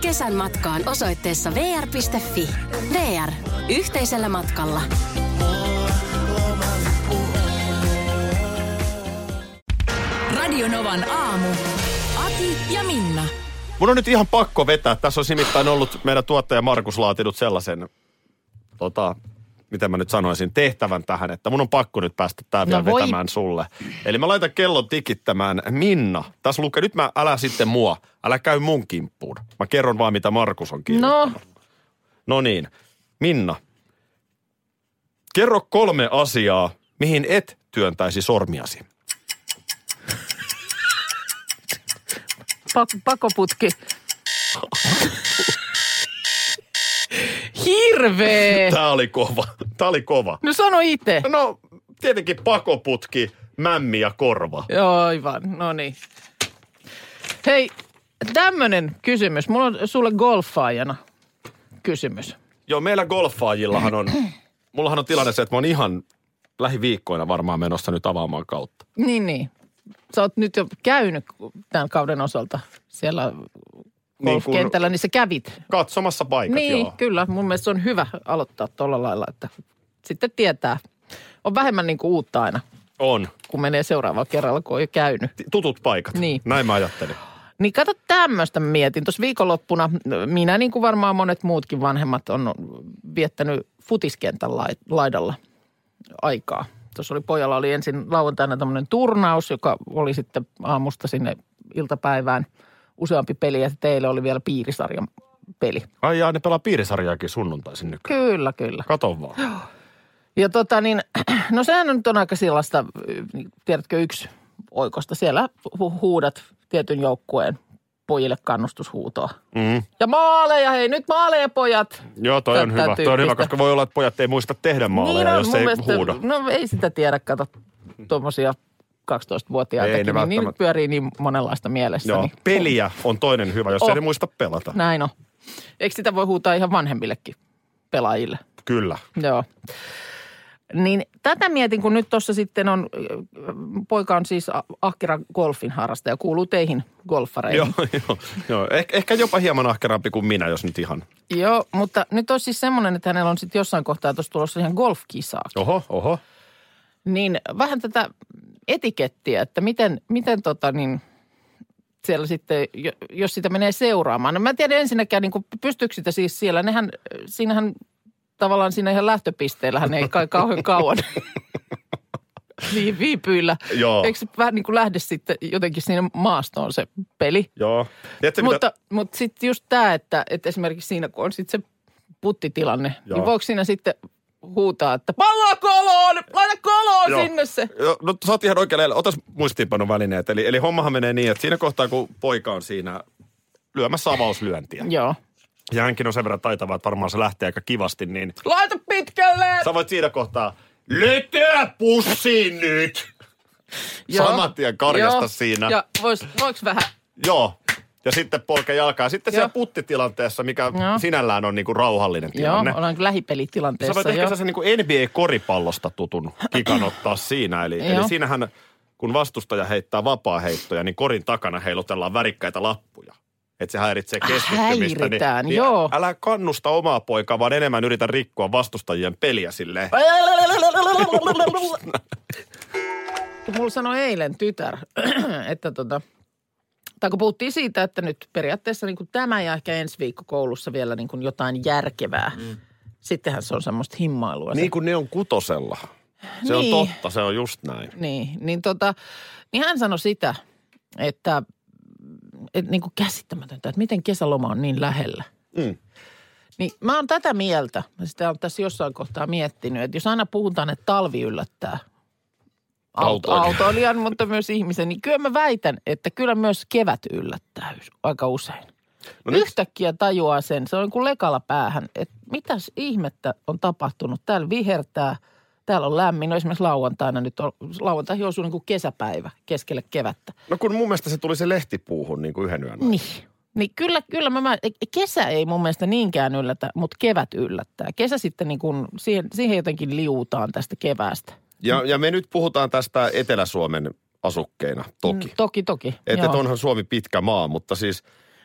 kesän matkaan osoitteessa vr.fi. VR. Yhteisellä matkalla. Radio Novan aamu. Ati ja Minna. Mun on nyt ihan pakko vetää. Tässä on nimittäin ollut meidän tuottaja Markus laatinut sellaisen, miten mä nyt sanoisin, tehtävän tähän, että mun on pakko nyt päästä tää vielä vetämään sulle. Eli mä laitan kellon tikittämään. Minna, tässä lukee, nyt älä sitten mua, älä käy mun kimppuun. Mä kerron vaan, mitä Markus on kirjoittanut. No niin, Minna, kerro 3 asiaa, mihin et työntäisi sormiasi. Pakoputki. Hirveä. Tää oli kova. No sano itse. No tietenkin pakoputki, mämmi ja korva. Joo, aivan. No niin. Hei, tämmönen kysymys. Mulla on sulle golfaajana kysymys. Joo, meillä golfaajillahan on, mullahan on tilanne se, että mä oon ihan lähiviikkoina varmaan menossa nyt avaamaan kautta. Niin. Sä oot nyt jo käynyt tämän kauden osalta siellä golfkentällä, niin sä kävit. Katsomassa paikat, niin, joo. Kyllä. Mun mielestä se on hyvä aloittaa tuolla lailla, että sitten tietää. On vähemmän niin kuin uutta aina. On. Kun menee seuraavalla kerralla, kun on jo käynyt. Tutut paikat. Niin. Näin mä ajattelin. Niin kato tämmöistä mietin. Tuossa viikonloppuna minä niin kuin varmaan monet muutkin vanhemmat on viettänyt futiskentän laidalla aikaa. Tuossa pojalla oli ensin lauantaina tämmöinen turnaus, joka oli sitten aamusta sinne iltapäivään useampi peli ja teille oli vielä piirisarjan peli. Ai jaa, ne pelaa piirisarjaakin sunnuntaisin nykyään. Kyllä. Kato vaan. Ja no sehän nyt on aika sellaista, tiedätkö, yksi oikosta. Siellä huudat tietyn joukkueen pojille kannustushuutoa. Mm. Ja maaleja, hei nyt maaleja pojat. Joo, toi on hyvä. Toi on hyvä, koska voi olla, että pojat ei muista tehdä maaleja, jos ei huuda. No ei sitä tiedä, kato tuommoisia 12-vuotiaitakin, niin nyt pyörii niin monenlaista mielessä. Joo, niin peliä on toinen hyvä, jos ei ne muista pelata. Näin on. Eikö sitä voi huutaa ihan vanhemmillekin pelaajille? Kyllä. Joo. Niin tätä mietin, kun nyt tuossa sitten on, poika on siis ahkera golfin harrastaja, kuuluu teihin golfareihin. Joo. Ehkä jopa hieman ahkerampi kuin minä, jos nyt ihan. Joo, mutta nyt olisi siis semmoinen, että hänellä on sitten jossain kohtaa tuossa tulossa ihan golfkisaa. Oho. Niin vähän tätä etikettiä, että miten siellä sitten, jos sitä menee seuraamaan. No mä en tiedä ensinnäkään, niin pystyykö sitä siis siellä, siinähän tavallaan siinä ihan lähtöpisteellähän ei kai kauhean kauan viipyillä. Joo. Eikö se vähän niin kuin lähde sitten jotenkin siinä maastoon se peli? Joo. Mutta sitten just tämä, että esimerkiksi siinä kun on sitten se puttitilanne, niin voiko siinä sitten huutaa, että palloa koloon, laita koloon sinne se. Joo, no sä oot ihan oikein, otas muistiinpanon välineet. Eli hommahan menee niin, että siinä kohtaa kun poika on siinä lyömässä avauslyöntiä. Joo. Ja hänkin on sen verran taitava, että varmaan se lähtee aika kivasti, niin laita pitkälle! Sä voit siinä kohtaa, lytää pussiin nyt! Saman tien karjasta siinä. Ja voiko vähän? Joo. Ja sitten polke jalkaa. Sitten siellä puttitilanteessa, mikä sinällään on niinku rauhallinen tilanne. Joo, ollaan lähipelitilanteessa. Sä voit ehkä sellaisen niinku NBA-koripallosta tutun kikan ottaa siinä. Eli siinähän, kun vastustaja heittää vapaa-heittoja, niin korin takana heilutellaan värikkäitä lappuja. Että se häiritsee keskittymistä. Häiritään, niin joo. Älä kannusta omaa poikaa, vaan enemmän yritä rikkoa vastustajien peliä silleen. Mulla sanoi eilen tytär, että tai kun puhuttiin siitä, että nyt periaatteessa niin kuin tämä ja ehkä ensi viikko koulussa vielä niin kuin jotain järkevää. Sittenhän se on semmoista himmailua. Niin kuin ne on kutosella. Se on totta, se on just näin. Niin hän sanoi sitä, että niin kuin käsittämätöntä, että miten kesäloma on niin lähellä. Niin mä oon tätä mieltä, mä sitä olen tässä jossain kohtaa miettinyt, että jos aina puhutaan, että talvi yllättää autoilijan, mutta myös ihmisen, niin kyllä mä väitän, että kyllä myös kevät yllättää aika usein. No yhtäkkiä tajuaa sen, se on niin kuin lekalla päähän, että mitäs ihmettä on tapahtunut. Täällä vihertää, täällä on lämmin, no esimerkiksi lauantaihin osuu niin kuin kesäpäivä keskelle kevättä. No kun mun mielestä se tuli se lehtipuuhun niin kuin yhden yön. Niin kyllä kesä ei mun mielestä niinkään yllätä, mutta kevät yllättää. Kesä sitten niin kuin, siihen jotenkin liuutaan tästä keväästä. Ja me nyt puhutaan tästä Etelä-Suomen asukkeina, toki. Toki. Että onhan Suomi pitkä maa, mutta siis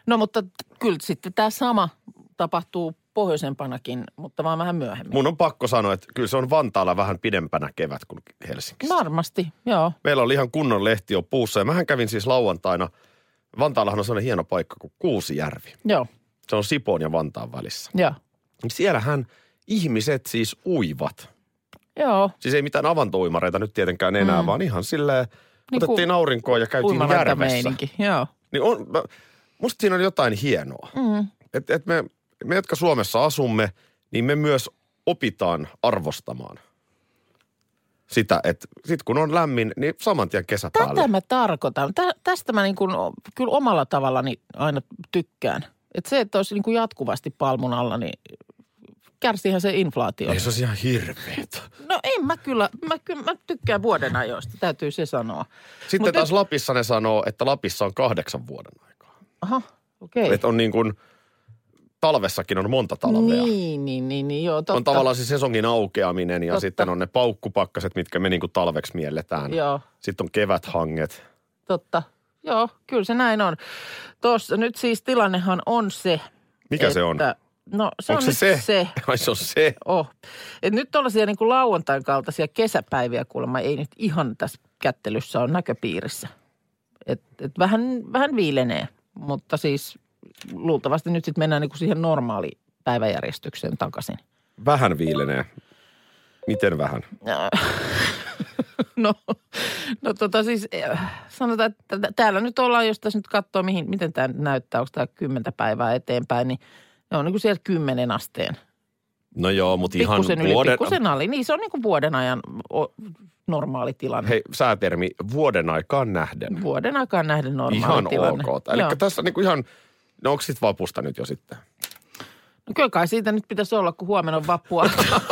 No mutta kyllä sitten tämä sama tapahtuu pohjoisempanakin, mutta vaan vähän myöhemmin. Mun on pakko sanoa, että kyllä se on Vantaalla vähän pidempänä kevät kuin Helsingissä. Varmasti, joo. Meillä oli ihan kunnon lehti jo puussa ja mähän kävin siis lauantaina. Vantaallahan on sellainen hieno paikka kuin Kuusijärvi. Joo. Se on Sipoon ja Vantaan välissä. Joo. Siellähän ihmiset siis uivat. Joo. Siis ei mitään avantouimareita nyt tietenkään enää, vaan ihan silleen niin otettiin aurinkoa ja käytiin järvessä. Joo. Niin musta siinä on jotain hienoa. Että me, jotka Suomessa asumme, niin me myös opitaan arvostamaan sitä, että sit kun on lämmin, niin saman tien kesä päälle. Tätä mä tarkoitan. Tästä mä niin kuin, kyllä omalla tavallani aina tykkään. Että se, että olisi niin kuin jatkuvasti palmun alla, niin kärsiihän se inflaatio. Ei se olisi ihan hirveetä. No en mä kyllä. Mä tykkään vuoden ajoista, täytyy se sanoa. Sitten taas Lapissa ne sanoo, että Lapissa on 8 vuoden aikaa. Aha, okei. Okay. Että on niin kuin, talvessakin on monta talvea. Niin, joo, totta. On tavallaan se sesongin aukeaminen ja sitten on ne paukkupakkaset, mitkä me niin kuin talveksi mielletään. Joo. Sitten on keväthanget. Totta. Joo, kyllä se näin on. Tuossa nyt siis tilannehan on se. Mikä se on? No se onko on se? Ai se on se. Et nyt tuollaisia niin kuin lauantain kaltaisia kesäpäiviä kuulemma ei nyt ihan tässä kättelyssä ole näköpiirissä. Et vähän viilenee, mutta siis luultavasti nyt sitten mennään niin kuin siihen normaali päiväjärjestykseen takaisin. Vähän viilenee. Miten vähän? No siis sanotaan, että täällä nyt ollaan, jos tässä nyt katsoo, miten tämä näyttää, onko tämä 10 päivää eteenpäin, niin ne on niin kuin siellä 10 asteen. No joo, mutta ihan pikkusen ali. Niin se on niin kuin vuoden ajan normaali tilanne. Hei, säätermi vuoden aikaan nähden. Vuoden aikaan nähden normaali ihan tilanne. Ihan ok. Eli tässä niin kuin ihan, no onko sitten vapusta nyt jo sitten? No kyllä kai siitä nyt pitäisi olla, kun huomenna on vappua.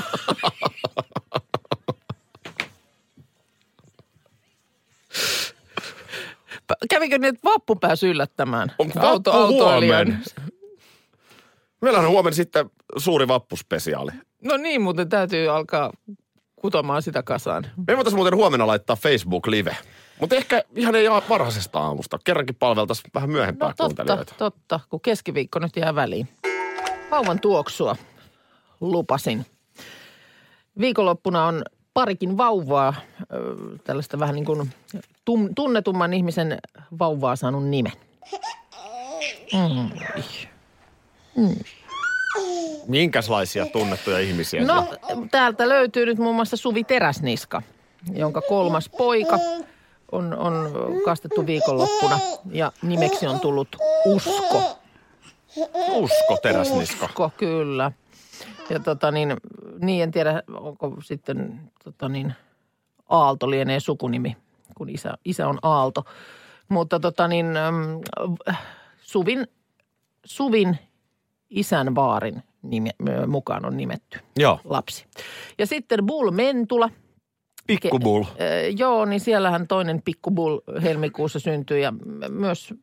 Kävikö niin, että vappu pääsi yllättämään? Onko vappu huomenna? Meillähän on huomenna sitten suuri vappuspesiaali. No niin, muuten täytyy alkaa kutomaan sitä kasaan. Me voitaisiin muuten huomenna laittaa Facebook-live. Mutta ehkä ihan ei varhaisesta aamusta. Kerrankin palveltaisiin vähän myöhempää kuuntelijoita. Totta, kun keskiviikko nyt jää väliin. Vauvan tuoksua lupasin. Viikonloppuna on parikin vauvaa, tällaista vähän niin kuin tunnetumman ihmisen vauvaa saanut nimen. Minkälaisia tunnettuja ihmisiä? No, täältä löytyy nyt muun muassa Suvi Teräsniska, jonka 3. poika on kastettu viikonloppuna ja nimeksi on tullut Usko. Usko Teräsniska. Usko, kyllä. Ja niin en tiedä, onko sitten Aalto lienee sukunimi, kun isä on Aalto. Mutta Suvin isän vaarin mukaan on nimetty lapsi. Ja sitten Bull Mentula. Pikku Bull. Joo, niin siellähän toinen Pikku Bull helmikuussa syntyi ja myös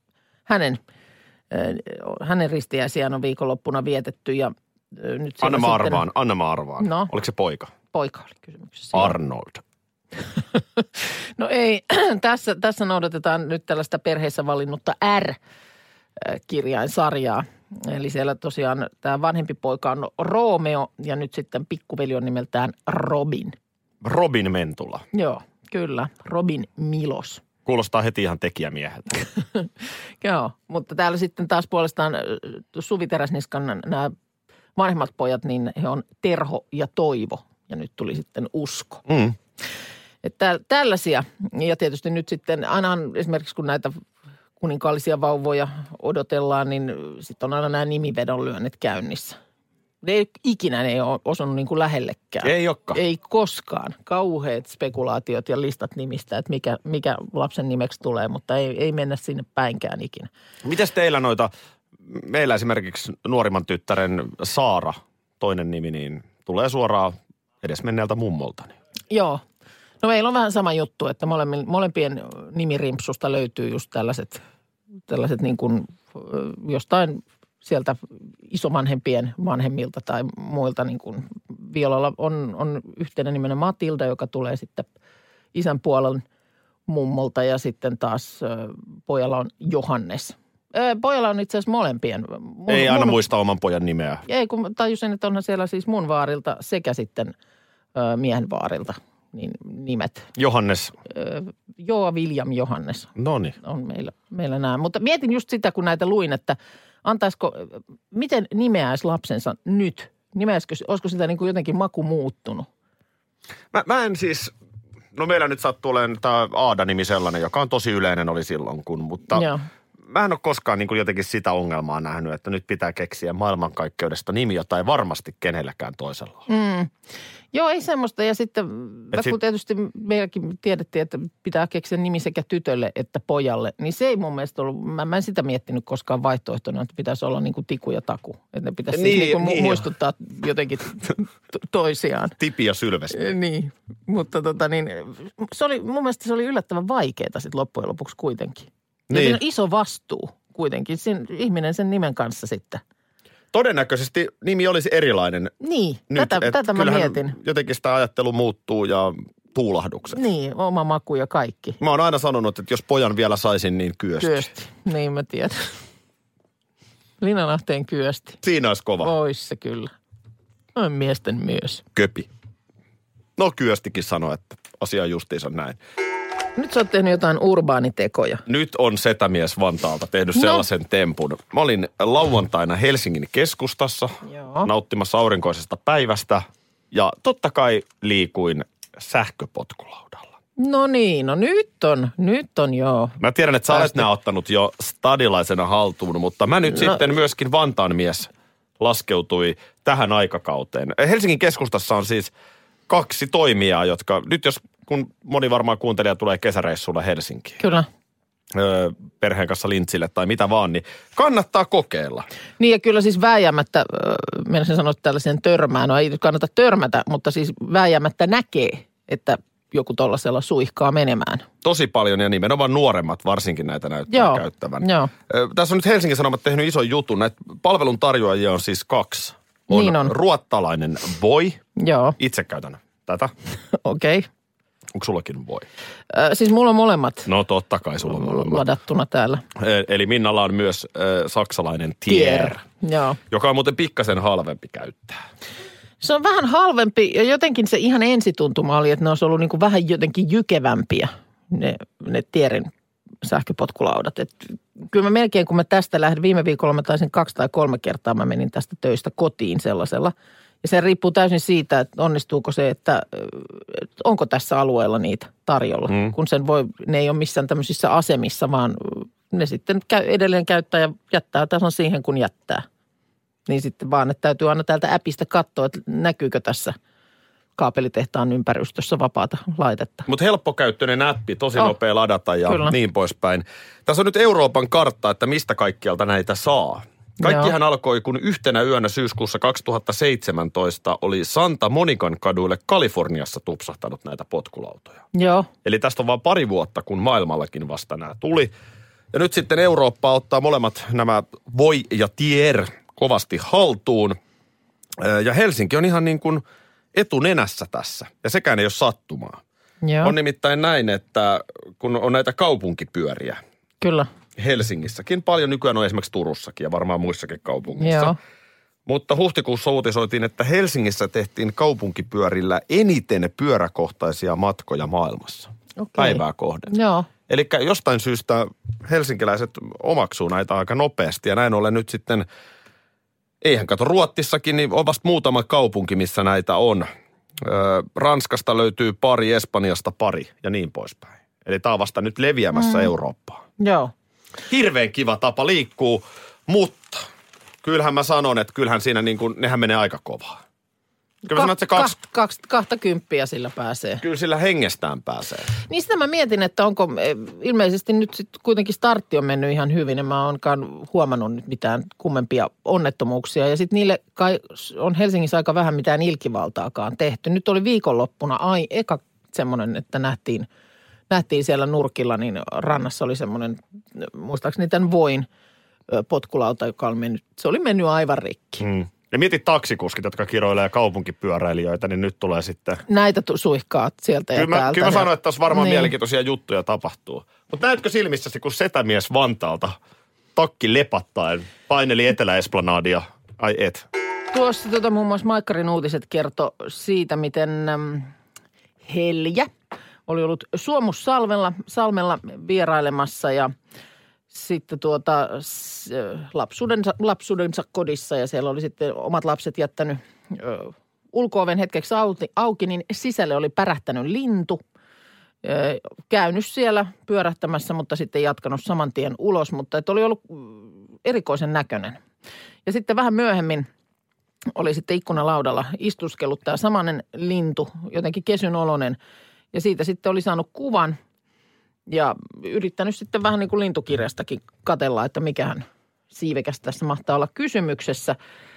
hänen ristiäisiään on viikonloppuna vietetty ja nyt Anna mä arvaan. No. Oliko se poika? Poika oli kysymyksessä. Arnold. No ei, tässä noudatetaan nyt tällaista perheessä valinnutta R-kirjainsarjaa. Eli siellä tosiaan tämä vanhempi poika on Romeo ja nyt sitten pikkuveli on nimeltään Robin. Robin Mentula. Joo, kyllä. Robin Milos. Kuulostaa heti ihan tekijämieheltä. Joo, mutta täällä sitten taas puolestaan Suvi Teräsniskan nämä vanhemmat pojat, niin he on Terho ja Toivo ja nyt tuli sitten Usko. Että tällaisia ja tietysti nyt sitten aina esimerkiksi kun näitä kuninkaallisia vauvoja odotellaan, niin sitten on aina nämä nimivedonlyönnit käynnissä. Ne ei ole osunut niin kuin lähellekään. Ei olekaan. Ei koskaan. Kauheat spekulaatiot ja listat nimistä, että mikä lapsen nimeksi tulee, mutta ei mennä sinne päinkään ikinä. Mites teillä meillä esimerkiksi nuorimman tyttären Saara, toinen nimi, niin tulee suoraan edesmenneeltä mummolta. Joo. No meillä on vähän sama juttu, että molempien nimirimpsusta löytyy just tällaiset niin kuin jostain sieltä isovanhempien vanhemmilta tai muilta. Niin kuin Violalla on yhtenä nimenä Matilda, joka tulee sitten isän puolen mummolta ja sitten taas pojalla on Johannes, Pojalla on itse asiassa molempien. Ei aina muista oman pojan nimeä. Ei, kun tajusin, että onhan siellä siis mun vaarilta sekä sitten miehen vaarilta niin nimet. Johannes. William Johannes. Noniin. On meillä nämä. Mutta mietin just sitä, kun näitä luin, että miten nimeäisi lapsensa nyt? Olisiko sitä niin kuin jotenkin maku muuttunut? Mä en siis, no meillä nyt sattuu olemaan tämä Aada-nimi sellainen, joka on tosi yleinen oli silloin mutta joo. Mä en ole koskaan niin kuin jotenkin sitä ongelmaa nähnyt, että nyt pitää keksiä maailmankaikkeudesta nimi, jota ei varmasti kenelläkään toisella ole. Joo, ei semmoista. Ja sitten, kun tietysti meilläkin tiedettiin, että pitää keksiä nimi sekä tytölle että pojalle, niin se ei mun mielestä ollut, mä en sitä miettinyt koskaan vaihtoehtona, että pitäisi olla niin kuin Tiku ja Taku. Että ne pitäisi niin muistuttaa jotenkin toisiaan. Tipi ja Sylvesti. Niin, mutta mun mielestä se oli yllättävän vaikeaa sitten loppujen lopuksi kuitenkin. Ja siinä on iso vastuu kuitenkin, ihminen sen nimen kanssa sitten. Todennäköisesti nimi olisi erilainen. Niin, nyt, tätä mä mietin. Jotenkin sitä ajattelu muuttuu ja tuulahdukset. Niin, oma maku ja kaikki. Mä oon aina sanonut, että jos pojan vielä saisin, niin Kyösti. Kyösti, niin mä tiedän. Linnanahteen Kyösti. Siinä olisi kova. Ois se kyllä. Noin miesten myös. Köpi. No Kyöstikin sanoi, että asia justiinsa näin. Nyt sä oot tehnyt jotain urbaanitekoja. Nyt on setämies Vantaalta tehnyt sellaisen tempun. Mä olin lauantaina Helsingin keskustassa nauttimassa aurinkoisesta päivästä ja totta kai liikuin sähköpotkulaudalla. No niin, no nyt on joo. Mä tiedän, että sä olet nää ottanut jo stadilaisena haltuun, mutta mä nyt sitten myöskin Vantaan mies laskeutui tähän aikakauteen. Helsingin keskustassa on siis 2 toimijaa, jotka nyt kun moni varmaan kuuntelija tulee kesäreissulla Helsinkiin. Kyllä. Perheen kanssa lintsille tai mitä vaan, niin kannattaa kokeilla. Niin ja kyllä siis vääjäämättä, menisin sanoa tällaisen törmään, no ei kannata törmätä, mutta siis vääjäämättä näkee, että joku tollasella suihkaa menemään. Tosi paljon ja nimenomaan nuoremmat varsinkin näitä näyttää käyttävän. Joo. Tässä on nyt Helsingin Sanomat tehnyt ison jutun. Näitä palvelun tarjoajia on siis 2. On ruottalainen Voi. Joo. Itse käytän tätä. Okei. Okay. Onko sullakin Voi? Siis mulla on molemmat. No totta kai sulla on molemmat. Ladattuna täällä. Eli Minnalla on myös saksalainen Tier. Joo. Joka on muuten pikkasen halvempi käyttää. Se on vähän halvempi ja jotenkin se ihan ensituntuma oli, että ne olisi ollut niin kuin vähän jotenkin jykevämpiä ne Tierin sähköpotkulaudat. Et kyllä mä melkein, kun mä tästä lähdin, viime viikolla mä taisin 2 tai 3 kertaa mä menin tästä töistä kotiin sellaisella. Ja se riippuu täysin siitä, että onnistuuko se, että onko tässä alueella niitä tarjolla. Kun ne ei ole missään tämmöisissä asemissa, vaan ne sitten edelleen käyttää ja jättää tasan siihen, kun jättää. Niin sitten vaan, että täytyy aina täältä appista katsoa, että näkyykö tässä kaapelitehtaan ympäristössä vapaata laitetta. Mutta helppokäyttöinen appi, tosi nopea ladata ja niin poispäin. Tässä on nyt Euroopan kartta, että mistä kaikkialta näitä saa. Kaikkihan alkoi, kun yhtenä yönä syyskuussa 2017 oli Santa Monican kaduille Kaliforniassa tupsahtanut näitä potkulautoja. Joo. Eli tästä on vain 2 vuotta, kun maailmallakin vasta nämä tuli. Ja nyt sitten Eurooppa ottaa molemmat nämä Voi ja Tier kovasti haltuun. Ja Helsinki on ihan niin kuin etunenässä tässä. Ja sekään ei ole sattumaa. Joo. On nimittäin näin, että kun on näitä kaupunkipyöriä. Kyllä. Helsingissäkin, paljon nykyään on esimerkiksi Turussakin ja varmaan muissakin kaupungeissa. Joo. Mutta huhtikuussa uutisoitiin, että Helsingissä tehtiin kaupunkipyörillä eniten pyöräkohtaisia matkoja maailmassa. Päivää kohden. Joo. Eli jostain syystä helsinkiläiset omaksuu näitä aika nopeasti ja näin ollen nyt sitten, eihän kato Ruotsissakin, niin on vasta muutama kaupunki, missä näitä on. Ranskasta löytyy pari, Espanjasta pari ja niin poispäin. Eli tämä on vasta nyt leviämässä Eurooppaan. Joo. Hirveän kiva tapa liikkuu, mutta kyllähän mä sanon, että kyllähän siinä niin kuin, nehän menee aika kovaa. Kyllä mä sanon, että se 20 sillä pääsee. Kyllä sillä hengestään pääsee. Niin sitä mä mietin, että onko ilmeisesti nyt sitten kuitenkin startti on mennyt ihan hyvin. En mä oonkaan huomannut nyt mitään kummempia onnettomuuksia. Ja sitten niille kai on Helsingissä aika vähän mitään ilkivaltaakaan tehty. Nyt oli viikonloppuna eka semmoinen, että nähtiin siellä nurkilla, niin rannassa oli semmoinen, muistaakseni tämän Voin potkulauta, joka oli mennyt aivan rikki. Ja mietit taksikuskit, jotka kiroilee kaupunkipyöräilijöitä, niin nyt tulee sitten... Näitä suihkaa sieltä ja täältä. Kyllä mä sanoin, että tässä varmaan mielenkiintoisia juttuja tapahtuu. Mutta näetkö silmissäsi, kun setämies Vantaalta takki lepattaen paineli Etelä-Esplanadia. Ai et. Tuossa muun muassa Maikkarin uutiset kertoi siitä, miten Heljä oli ollut Suomussalmella vierailemassa ja sitten lapsuudensa kodissa ja siellä oli sitten omat lapset jättänyt ulko-oven hetkeksi auki, niin sisälle oli pärähtänyt lintu. Käynyt siellä pyörähtämässä, mutta sitten jatkanut saman tien ulos, mutta että oli ollut erikoisen näköinen. Ja sitten vähän myöhemmin oli sitten ikkunalaudalla istuskellut tämä samainen lintu, jotenkin kesynoloinen. Ja siitä sitten oli saanut kuvan ja yrittänyt sitten vähän niin kuin lintukirjastakin katsella, että mikähän siivekäs tässä mahtaa olla kysymyksessä.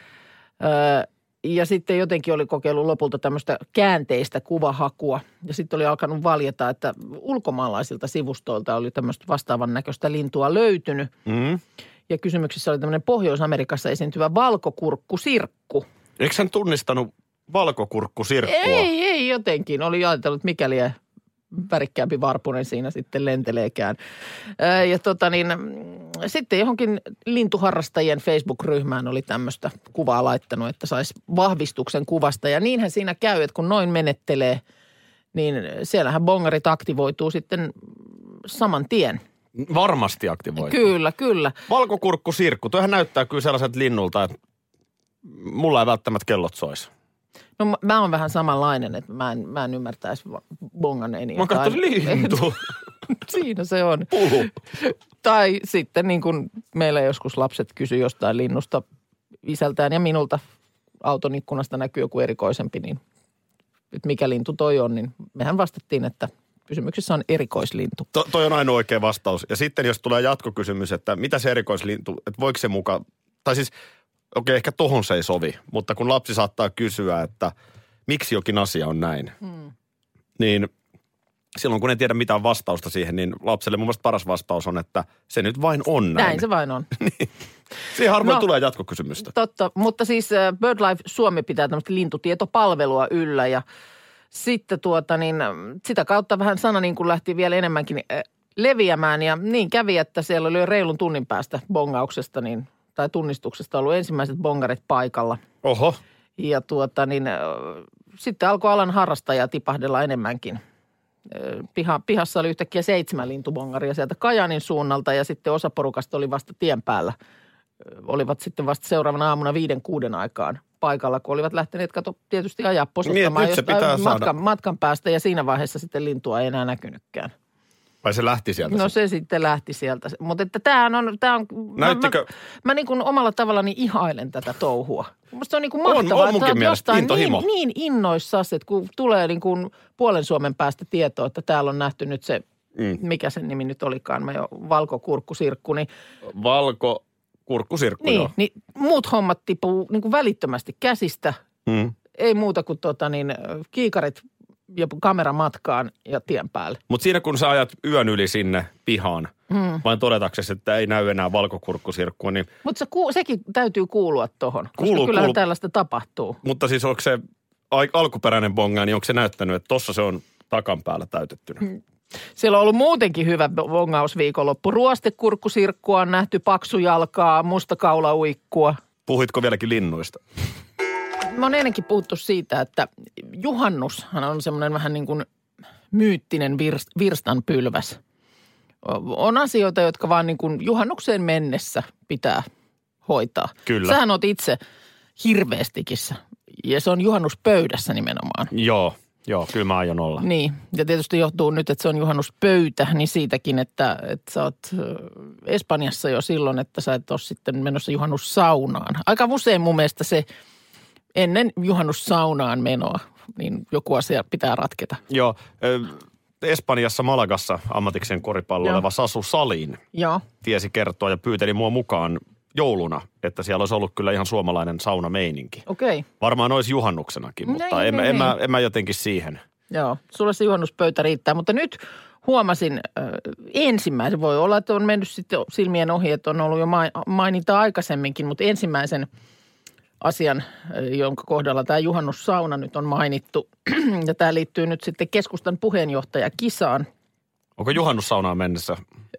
Ja sitten jotenkin oli kokeillut lopulta tämmöistä käänteistä kuvahakua. Ja sitten oli alkanut valjeta, että ulkomaalaisilta sivustoilta oli tämmöistä vastaavan näköistä lintua löytynyt. Mm. Ja kysymyksessä oli tämmöinen Pohjois-Amerikassa esiintyvä valkokurkkusirkku. Eikö hän tunnistanut valkokurkkusirkkua? Ei jotenkin. Oli ajatellut, mikäli värikkäämpi varpunen siinä sitten lenteleekään. Ja sitten johonkin lintuharrastajien Facebook-ryhmään oli tämmöistä kuvaa laittanut, että saisi vahvistuksen kuvasta. Ja niinhän siinä käy, että kun noin menettelee, niin siellähän bongarit aktivoituu sitten saman tien. Varmasti aktivoituu. Kyllä. Valkokurkkusirkku, toihan näyttää kyllä sellaiset linnulta, että mulla ei välttämättä kellot soisi. No mä oon vähän samanlainen, että mä en ymmärtäisi bonganeeni. Mä katsoin lintu. Siinä se on. Puhu. Tai sitten niin kuin meillä joskus lapset kysyi jostain linnusta isältään ja minulta auton ikkunasta näkyy joku erikoisempi, niin että mikä lintu toi on, niin mehän vastattiin, että kysymyksessä on erikoislintu. Toi on ainoa oikea vastaus. Ja sitten jos tulee jatkokysymys, että mitä se erikoislintu, että voiko se mukaan, tai siis okei, ehkä tohon se ei sovi, mutta kun lapsi saattaa kysyä, että miksi jokin asia on näin, niin silloin kun ei tiedä mitään vastausta siihen, niin lapselle mun mielestä paras vastaus on, että se nyt vain on näin. Näin se vain on. Niin. Siihen harvoin tulee jatkokysymystä. Totta, mutta siis BirdLife Suomi pitää tämmöistä lintutietopalvelua yllä ja sitten sitä kautta vähän sana niin kuin lähti vielä enemmänkin leviämään ja niin kävi, että siellä oli jo reilun tunnin päästä bongauksesta tai tunnistuksesta ollut ensimmäiset bongarit paikalla. Oho. Ja sitten alkoi alan harrastajaa tipahdella enemmänkin. Pihassa oli yhtäkkiä 7 lintubongaria sieltä Kajaanin suunnalta ja sitten osa porukasta oli vasta tien päällä. Olivat sitten vasta seuraavana aamuna 5-6 aikaan paikalla, kun olivat lähteneet tietysti ajaa posuttamaan niin, matkan päästä ja siinä vaiheessa sitten lintua ei enää näkynytkään. Vai se lähti sieltä? No se sitten lähti sieltä. Mutta että tämä on näyttikö? Mä niin kuin omalla tavallani ihailen tätä touhua. Musta se on niin kuin mahtavaa, on munkin mielestä intohimo. Niin innoissasi, että kun tulee niin kuin puolen Suomen päästä tietoa, että täällä on nähty nyt se, mikä sen nimi nyt olikaan, valkokurkkusirkku. Niin, valkokurkkusirkku, joo. Niin muut hommat tippuu niin kuin välittömästi käsistä. Ei muuta kuin kiikarit ja kamera matkaan ja tien päälle. Mutta siinä kun sä ajat yön yli sinne pihaan, vain todetaksesi, että ei näy enää valkokurkkusirkkua, niin... Mutta sekin täytyy kuulua tohon, koska kyllähän tällaista tapahtuu. Mutta siis onko se alkuperäinen bonga, niin onko se näyttänyt, että tossa se on takan päällä täytettynä? Siellä on ollut muutenkin hyvä bongausviikonloppu. Ruostekurkkusirkkua on nähty, paksujalkaa, mustakaulauikkua. Puhuitko vieläkin linnuista? Mä oon ennenkin puhuttu siitä, että juhannushan on semmoinen vähän niin kuin myyttinen virstanpylväs. On asioita, jotka vaan niin kuin juhannukseen mennessä pitää hoitaa. Kyllä. Sähän oot itse hirveästikissä ja se on juhannuspöydässä nimenomaan. Joo, kyllä mä aion olla. Niin, ja tietysti johtuu nyt, että se on juhannuspöytä, niin siitäkin, että sä oot Espanjassa jo silloin, että sä et ole sitten menossa juhannussaunaan. Aika usein mun mielestä se ennen juhannussaunaan menoa, niin joku asia pitää ratketa. Joo, Espanjassa Malagassa ammatikseen koripallo oleva Sasu Salin tiesi kertoa ja pyyteli mua mukaan jouluna, että siellä olisi ollut kyllä ihan suomalainen saunameininki. Okei. Varmaan olisi juhannuksenakin, mutta en mä jotenkin siihen. Joo, sulle se juhannuspöytä riittää, mutta nyt huomasin ensimmäisen, voi olla, että on mennyt sitten silmien ohi, että on ollut jo maininta aikaisemminkin, mutta ensimmäisen asian, jonka kohdalla tämä juhannussauna nyt on mainittu. Ja tämä liittyy nyt sitten keskustan puheenjohtajakisaan. Onko juhannussaunaan mennessä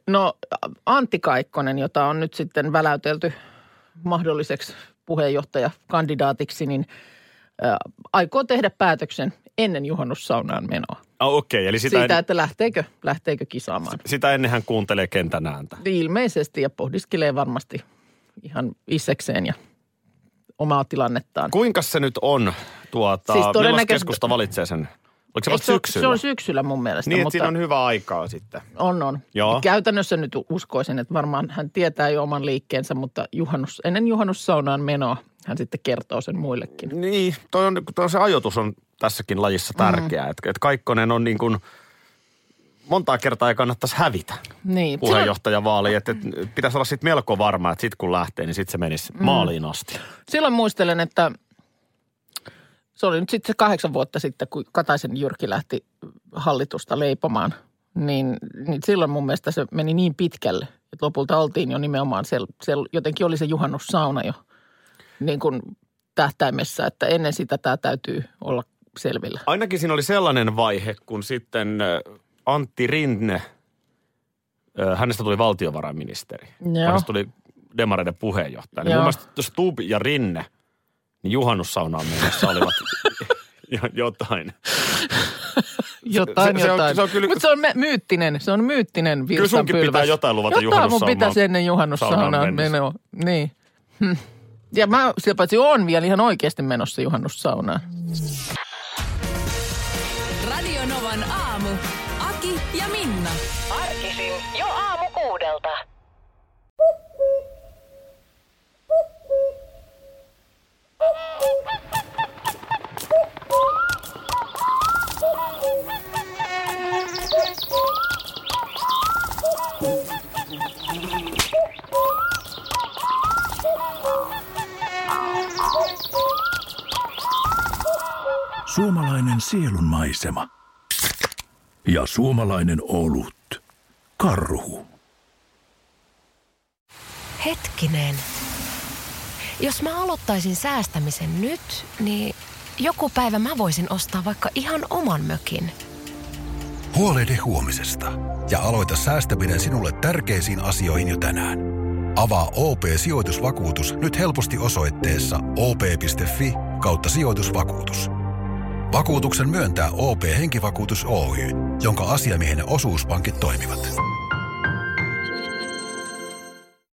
No Antti Kaikkonen, jota on nyt sitten väläytelty mahdolliseksi puheenjohtajakandidaatiksi, niin aikoo tehdä päätöksen ennen juhannussaunaan menoa. Okei, eli siitä, että lähteekö kisaamaan. Sitä ennen hän kuuntelee kentän ääntä. Ilmeisesti ja pohdiskelee varmasti ihan itsekseen ja omaa tilannettaan. Kuinka se nyt on milloin keskusta valitsee sen? Oliko se vasta syksyllä? Se on syksyllä mun mielestä. Niin, mutta siinä on hyvä aikaa sitten. On. Joo. Käytännössä nyt uskoisin, että varmaan hän tietää jo oman liikkeensä, mutta ennen juhannussaunaan menoa hän sitten kertoo sen muillekin. Niin, toi se ajoitus on tässäkin lajissa tärkeää. Että Kaikkonen on niin kuin, montaa kertaa ei kannattaisi hävitä puheenjohtajavaaliin. Että pitäisi olla sitten melko varma, että sitten kun lähtee, niin sitten se menisi maaliin asti. Silloin muistelen, että se oli nyt sitten se 8 vuotta sitten, kun Kataisen Jyrki lähti hallitusta leipomaan, niin silloin mun mielestä se meni niin pitkälle, että lopulta oltiin jo nimenomaan siellä jotenkin oli se juhannussauna jo niin kuin tähtäimessä, että ennen sitä tämä täytyy olla selvillä. Ainakin siinä oli sellainen vaihe, kun sitten Antti Rinne, hänestä tuli valtiovarainministeri. Hänestä tuli demareiden puheenjohtaja. Niin mun mielestä Stubb ja Rinne niin juhannussaunaan mennessä olivat jotain. Jotain. Mutta se on myyttinen. Se on myyttinen virstanpylväs. Kyllä sunkin pitää jotain luvata juhannussaunaan. Jotain mun pitäisi ennen juhannussaunaan menoa. Niin. Ja mä siellä paitsi on vielä ihan oikeasti menossa juhannussaunaan. Radio Novan aamu. Aki ja Minna. Arkisin jo aamu 6:00. Suomalainen sielunmaisema ja suomalainen olut. Karhu. Hetkinen. Jos mä aloittaisin säästämisen nyt, niin joku päivä mä voisin ostaa vaikka ihan oman mökin. Huolehdi huomisesta ja aloita säästäminen sinulle tärkeisiin asioihin jo tänään. Avaa OP-sijoitusvakuutus nyt helposti osoitteessa op.fi/sijoitusvakuutus. Vakuutuksen myöntää OP-henkivakuutus Oy, jonka asiamiehen osuuspankit toimivat.